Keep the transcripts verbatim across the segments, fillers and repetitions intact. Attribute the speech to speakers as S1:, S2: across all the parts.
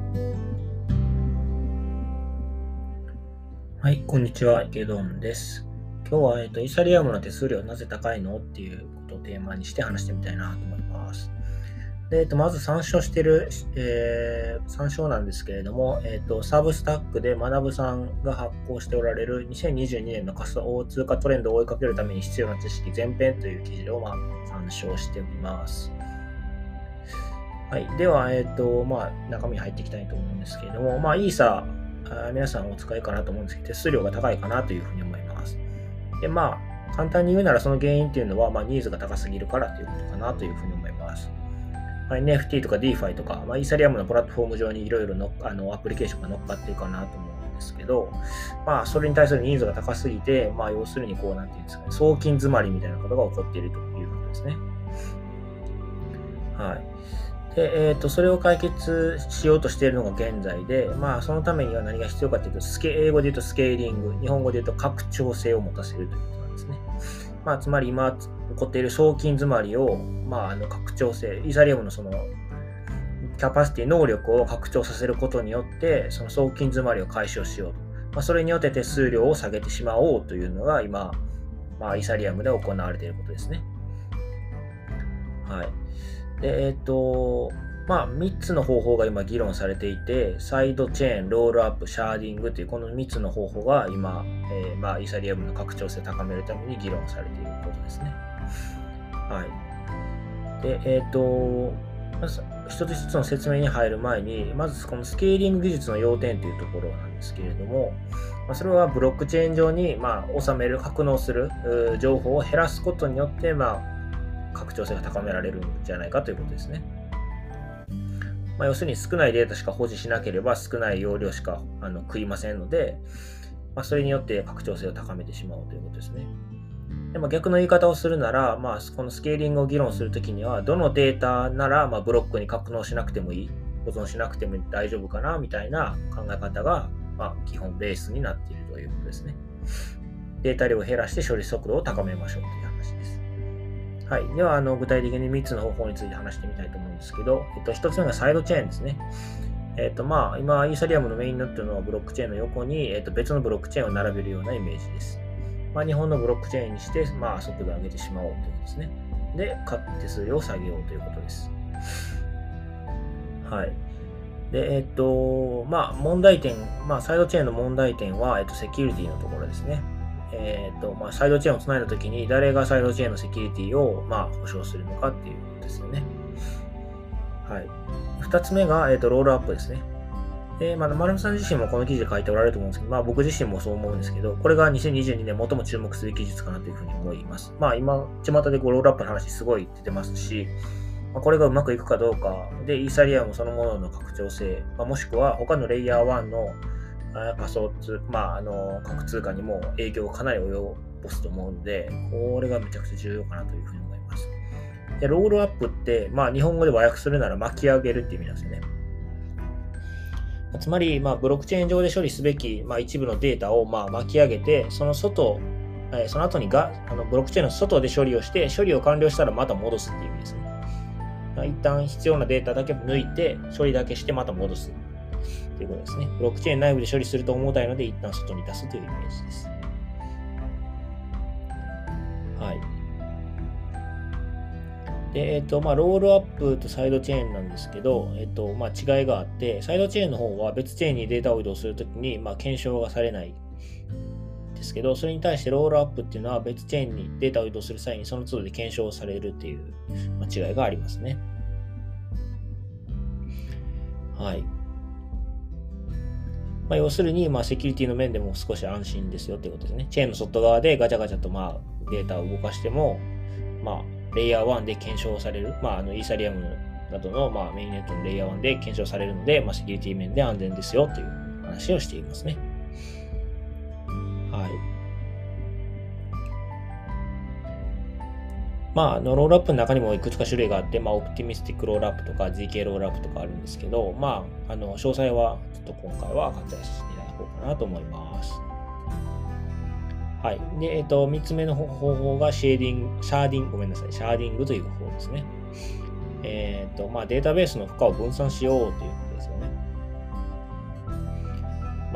S1: はい、こんにちは、池ドンです。今日は、えっと、イーサリアムの手数料なぜ高いのっていうことをテーマにして話してみたいなと思います。で、えっと、まず参照している、えー、参照なんですけれども、えっと、サブスタックで学さんが発行しておられるにせんにじゅうにねんの仮想通貨トレンドを追いかけるために必要な知識前編という記事を、まあ、参照しております。はい。では、えっと、まあ、中身に入っていきたいと思うんですけれども、まあ、イーサー、皆さんお使いかなと思うんですけど、手数料が高いかなというふうに思います。で、まあ、簡単に言うならその原因っていうのは、まあ、ニーズが高すぎるからということかなというふうに思います。まあ、エヌエフティー とか DeFi とか、まあ、イーサリアムのプラットフォーム上にいろいろのあのアプリケーションが乗っかってるかなと思うんですけど、まあ、それに対するニーズが高すぎて、まあ、要するにこう、なんていうんですかね、送金詰まりみたいなことが起こっているということですね。はい。で、えーと、それを解決しようとしているのが現在で、まあ、そのためには何が必要かというと、スケ英語で言うとスケーリング、日本語で言うと拡張性を持たせるということなんですね。まあ、つまり今起こっている送金詰まりを、まあ、あの拡張性、イーサリアムのそのキャパシティ、能力を拡張させることによって、その送金詰まりを解消しようと。まあ、それによって手数料を下げてしまおうというのが今、まあ、イーサリアムで行われていることですね。はい。で、えっと、まあ、みっつの方法が今議論されていて、サイドチェーン、ロールアップ、シャーディングというこのみっつの方法が今、えー、まあ、イーサリアムの拡張性を高めるために議論されていることですね。はい。で、えっと、まず一つ一つの説明に入る前に、まずこのスケーリング技術の要点というところなんですけれども、まあ、それはブロックチェーン上に、まあ、収める、格納する情報を減らすことによって、まあ、拡張性が高められるんじゃないかということですね。まあ、要するに少ないデータしか保持しなければ少ない容量しかあの食いませんので、まあ、それによって拡張性を高めてしまうということですね。でも逆の言い方をするなら、まあ、このスケーリングを議論するときには、どのデータならまあブロックに格納しなくてもいい、保存しなくても大丈夫かなみたいな考え方が、まあ、基本ベースになっているということですね。データ量を減らして処理速度を高めましょうという話です。はい。では、あの具体的にみっつの方法について話してみたいと思うんですけど、えっと、ひとつめがサイドチェーンですね。えっと、まあ、今、イーサリアムのメインになっているのはブロックチェーンの横に、えっと、別のブロックチェーンを並べるようなイメージです。まあ、日本のブロックチェーンにして、まあ、速度を上げてしまおうということですね。で、手数料を下げようということです。はい。で、えっと、まあ、問題点、まあ、サイドチェーンの問題点は、えっと、セキュリティのところですね。えっと、まあ、サイドチェーンをつないだときに、誰がサイドチェーンのセキュリティを、まあ、保証するのかっていうことですよね。はい。二つ目が、えっと、ロールアップですね。で、まあ、丸さん自身もこの記事で書いておられると思うんですけど、まあ、僕自身もそう思うんですけど、これがにせんにじゅうにねん最も注目する技術かなというふうに思います。まあ、今、巷でこうロールアップの話すごい出てますし、まあ、これがうまくいくかどうか、で、イーサリアムそのものの拡張性、まあ、もしくは他のレイヤーワンの仮想通、まあ、あの、各通貨にも影響をかなり及ぼすと思うので、これがめちゃくちゃ重要かなというふうに思います。で、ロールアップって、まあ、日本語で和訳するなら巻き上げるっていう意味なんですよね。つまり、まあ、ブロックチェーン上で処理すべき、まあ、一部のデータを、まあ、巻き上げて、その外、えー、その後にがあのブロックチェーンの外で処理をして、処理を完了したらまた戻すっていう意味ですね。一旦必要なデータだけ抜いて、処理だけしてまた戻すということですね。ブロックチェーン内部で処理すると重たいので、一旦外に出すというイメージです。はい。で、えっと、まあ、ロールアップとサイドチェーンなんですけど、えっと、まあ、違いがあって、サイドチェーンの方は別チェーンにデータを移動するときに、まあ、検証がされないですけど、それに対してロールアップっていうのは別チェーンにデータを移動する際にその都度で検証されるっていう、まあ、違いがありますね。はい。まあ、要するに、まあ、セキュリティの面でも少し安心ですよっていうことですね。チェーンの外側でガチャガチャと、まあ、データを動かしても、まあ、レイヤーワンで検証される。まあ、あの、イーサリアムなどの、まあ、メインネットのレイヤーワンで検証されるので、まあ、セキュリティ面で安全ですよという話をしていますね。はい。まあ、あのロールアップの中にもいくつか種類があって、まあ、オプティミスティックロールアップとか ゼッケー ロールアップとかあるんですけど、まあ、あの詳細はちょっと今回は割愛させていただこうかなと思います。はい。で、えっと、みっつめの方法がシェーディング、シャーディング、ごめんなさい、シャーディングという方法ですね。えっと、まあ、データベースの負荷を分散しようということですよね。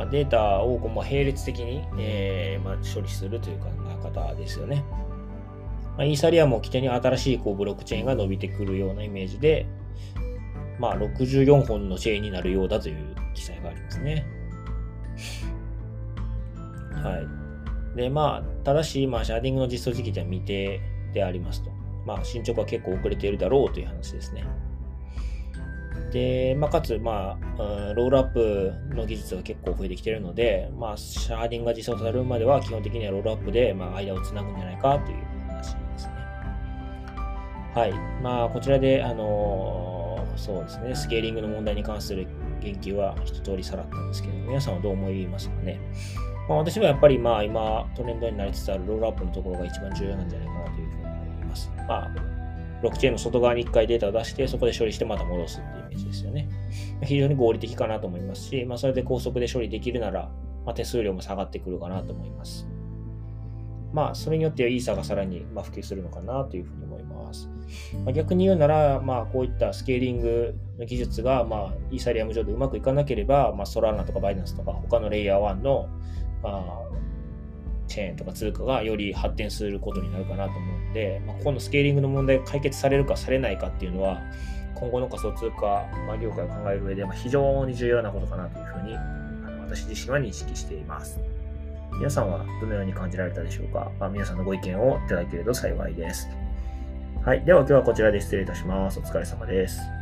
S1: まあ、データをこう、まあ、並列的に、えーまあ、処理するという考え方ですよね。まあ、イーサリアムを起点に新しいこうブロックチェーンが伸びてくるようなイメージで、まあ、ろくじゅうよんほんのチェーンになるようだという記載がありますね。はい。で、まあ、ただし、まあ、シャーディングの実装時期では未定でありますと。まあ、進捗は結構遅れているだろうという話ですね。で、まあ、かつ、まあ、うん、ロールアップの技術が結構増えてきているので、まあ、シャーディングが実装されるまでは基本的にはロールアップで、まあ、間をつなぐんじゃないかという話ですね。はい。まあ、こちらで、あのー、そうですね、スケーリングの問題に関する言及は一通りさらったんですけど、皆さんはどう思いますかね。まあ、私はやっぱり、まあ、今、トレンドになりつつあるロールアップのところが一番重要なんじゃないかなというふうに思います。まあ、ブロックチェーンの外側に一回データを出して、そこで処理してまた戻すっていうイメージですよね。非常に合理的かなと思いますし、まあ、それで高速で処理できるなら、まあ、手数料も下がってくるかなと思います。まあ、それによってはイーサがさらにまあ普及するのかなというふうに思います。まあ、逆に言うなら、まあ、こういったスケーリングの技術が、まあ、イーサリアム上でうまくいかなければ、まあ、ソラーナとかバイナンスとか他のレイヤーワンの、まあ、チェーンとか通貨がより発展することになるかなと思うので、まあ、ここのスケーリングの問題が解決されるかされないかっていうのは、今後の仮想通貨、まあ、業界を考える上で、まあ、非常に重要なことかなというふうに、あの私自身は認識しています。皆さんはどのように感じられたでしょうか。まあ、皆さんのご意見をいただけると幸いです。はい。では今日はこちらで失礼いたします。お疲れ様です。